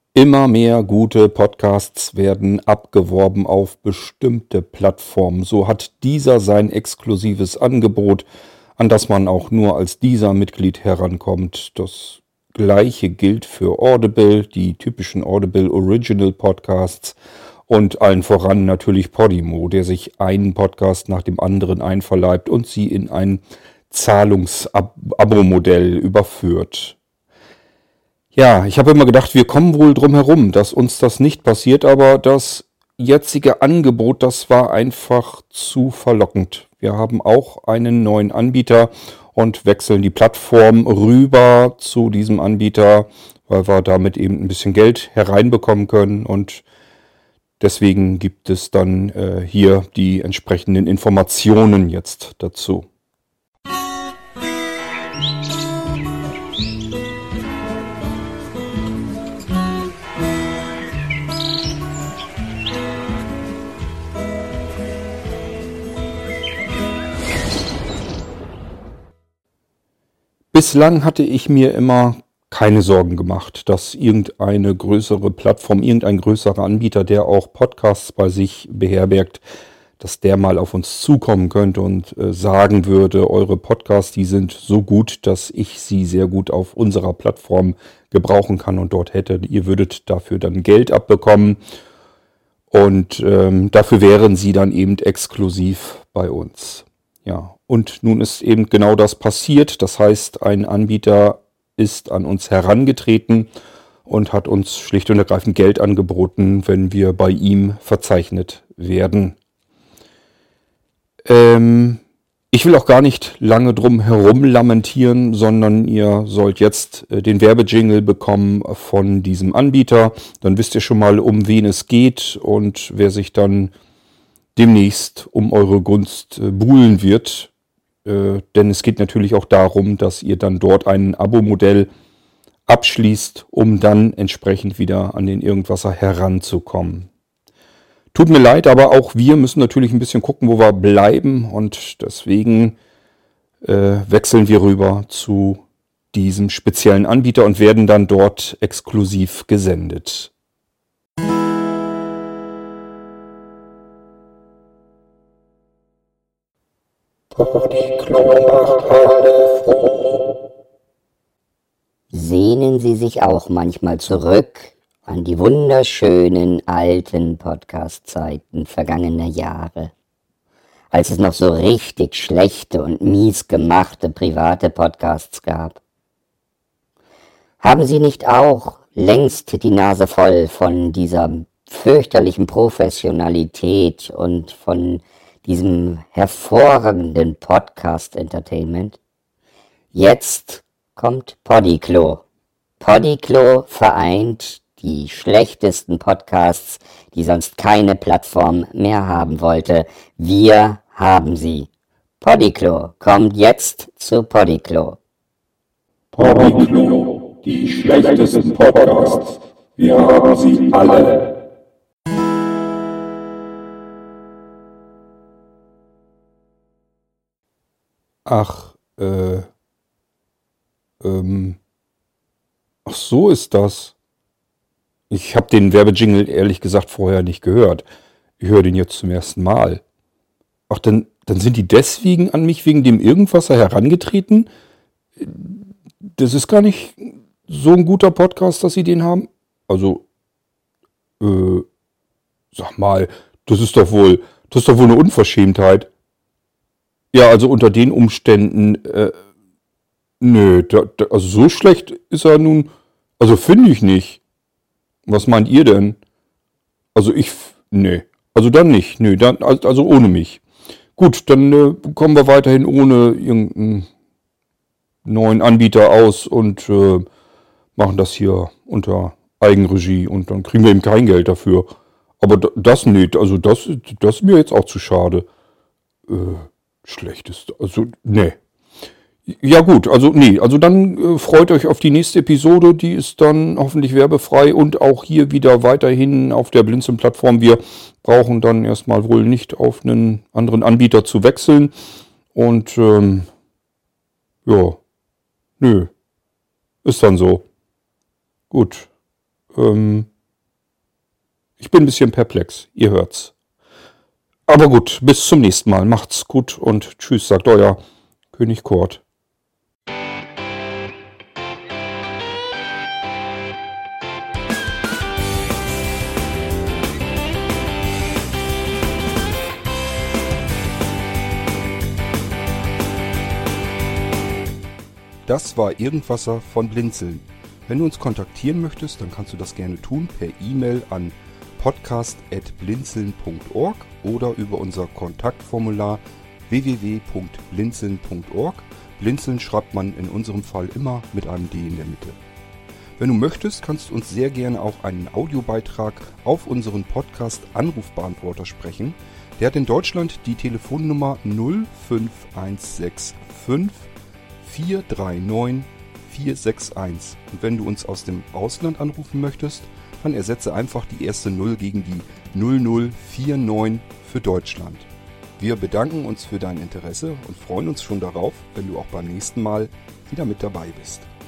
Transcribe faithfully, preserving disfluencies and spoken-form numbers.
Immer mehr gute Podcasts werden abgeworben auf bestimmte Plattformen. So hat dieser sein exklusives Angebot, an das man auch nur als dieser Mitglied herankommt. Das gleiche gilt für Audible, die typischen Audible Original Podcasts und allen voran natürlich Podimo, der sich einen Podcast nach dem anderen einverleibt und sie in ein Zahlungs-Abo-Modell überführt. Ja, ich habe immer gedacht, wir kommen wohl drum herum, dass uns das nicht passiert, aber das jetzige Angebot, das war einfach zu verlockend. Wir haben auch einen neuen Anbieter und wechseln die Plattform rüber zu diesem Anbieter, weil wir damit eben ein bisschen Geld hereinbekommen können und deswegen gibt es dann äh, hier die entsprechenden Informationen jetzt dazu. Bislang hatte ich mir immer keine Sorgen gemacht, dass irgendeine größere Plattform, irgendein größerer Anbieter, der auch Podcasts bei sich beherbergt, dass der mal auf uns zukommen könnte und äh, sagen würde, eure Podcasts, die sind so gut, dass ich sie sehr gut auf unserer Plattform gebrauchen kann und dort hätte. Ihr würdet dafür dann Geld abbekommen und ähm, dafür wären sie dann eben exklusiv bei uns. Ja, und nun ist eben genau das passiert. Das heißt, ein Anbieter ist an uns herangetreten und hat uns schlicht und ergreifend Geld angeboten, wenn wir bei ihm verzeichnet werden. Ähm, ich will auch gar nicht lange drum herum lamentieren, sondern ihr sollt jetzt äh, den Werbejingle bekommen von diesem Anbieter. Dann wisst ihr schon mal, um wen es geht und wer sich dann demnächst um eure Gunst äh, buhlen wird. Äh, denn es geht natürlich auch darum, dass ihr dann dort ein Abo-Modell abschließt, um dann entsprechend wieder an den Irgendwasser heranzukommen. Tut mir leid, aber auch wir müssen natürlich ein bisschen gucken, wo wir bleiben und deswegen äh, wechseln wir rüber zu diesem speziellen Anbieter und werden dann dort exklusiv gesendet. Sehnen Sie sich auch manchmal zurück an die wunderschönen alten Podcast-Zeiten vergangener Jahre, als es noch so richtig schlechte und mies gemachte private Podcasts gab? Haben Sie nicht auch längst die Nase voll von dieser fürchterlichen Professionalität und von diesem hervorragenden Podcast-Entertainment? Jetzt kommt Podiclo. Podiclo vereint die schlechtesten Podcasts, die sonst keine Plattform mehr haben wollte. Wir haben sie. Podiclo kommt jetzt zu Podiclo. Podiclo, die schlechtesten Podcasts. Wir haben sie alle. Ach, äh, ähm, ach so ist das. Ich habe den Werbejingle ehrlich gesagt vorher nicht gehört. Ich höre den jetzt zum ersten Mal. Ach, dann, dann sind die deswegen an mich wegen dem Irgendwasser herangetreten? Das ist gar nicht so ein guter Podcast, dass sie den haben. Also, äh, sag mal, das ist doch wohl, das ist doch wohl eine Unverschämtheit. Ja, also unter den Umständen, äh, nö, da, da, also so schlecht ist er nun, also finde ich nicht. Was meint ihr denn? Also ich, nee, also dann nicht, nö, dann, also ohne mich. Gut, dann äh, kommen wir weiterhin ohne irgendeinen neuen Anbieter aus und äh, machen das hier unter Eigenregie und dann kriegen wir eben kein Geld dafür. Aber d- das nicht, also das, das ist mir jetzt auch zu schade. Äh, schlechtest, also nee. Ja gut, also nee, also dann äh, freut euch auf die nächste Episode, die ist dann hoffentlich werbefrei und auch hier wieder weiterhin auf der Blinzeln-Plattform. Wir brauchen dann erstmal wohl nicht auf einen anderen Anbieter zu wechseln und ähm, ja, nö, ist dann so. Gut, Ähm, ich bin ein bisschen perplex, ihr hört's. Aber gut, bis zum nächsten Mal. Macht's gut und tschüss, sagt euer König Kurt. Das war Irgendwasser von Blinzeln. Wenn du uns kontaktieren möchtest, dann kannst du das gerne tun per E-Mail an podcast at blinzeln punkt org oder über unser Kontaktformular w w w punkt blinzeln punkt org. Blinzeln schreibt man in unserem Fall immer mit einem D in der Mitte. Wenn du möchtest, kannst du uns sehr gerne auch einen Audiobeitrag auf unseren Podcast Anrufbeantworter sprechen. Der hat in Deutschland die Telefonnummer null fünf eins sechs fünf vier drei neun vier sechs eins. Und wenn du uns aus dem Ausland anrufen möchtest, dann ersetze einfach die erste null gegen die null null vier neun für Deutschland. Wir bedanken uns für dein Interesse und freuen uns schon darauf, wenn du auch beim nächsten Mal wieder mit dabei bist.